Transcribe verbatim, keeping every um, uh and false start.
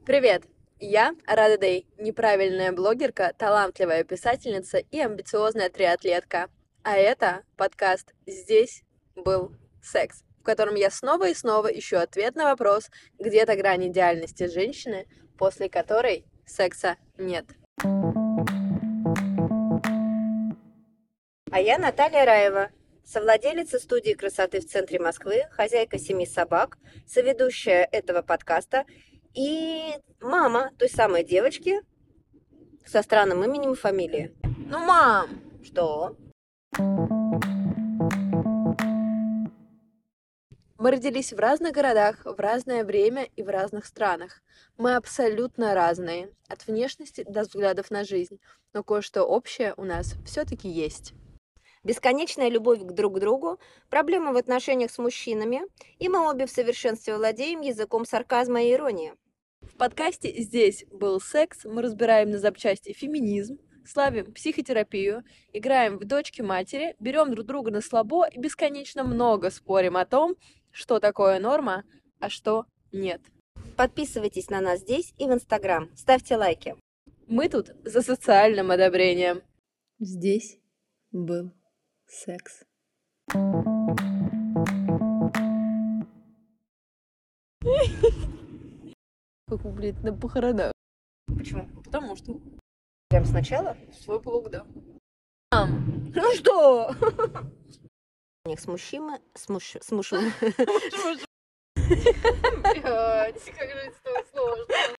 Привет! Я Рада Дэй, неправильная блогерка, талантливая писательница и амбициозная триатлетка. А это подкаст «Здесь был секс», в котором я снова и снова ищу ответ на вопрос, где та грань идеальности женщины, после которой секса нет. А я Наталья Раева, совладелица студии красоты в центре Москвы, хозяйка семи собак, соведущая этого подкаста и мама той самой девочки со странным именем и фамилией. Ну, мам! Что? Мы родились в разных городах, в разное время и в разных странах. Мы абсолютно разные, от внешности до взглядов на жизнь, но кое-что общее у нас все-таки есть. Бесконечная любовь к друг другу, проблемы в отношениях с мужчинами, и мы обе в совершенстве владеем языком сарказма и иронии. В подкасте «Здесь был секс» мы разбираем на запчасти феминизм, славим психотерапию, играем в дочки-матери, берем друг друга на слабо и бесконечно много спорим о том, что такое норма, а что нет. Подписывайтесь на нас здесь и в Инстаграм, ставьте лайки. Мы тут за социальным одобрением. Здесь был секс. Как, блядь, на похоронах. Почему? Потому что Прям сначала? свой блог, да. Мам, Ну что? С мужчиной, с муж, с мужем. блядь, как же это сложно.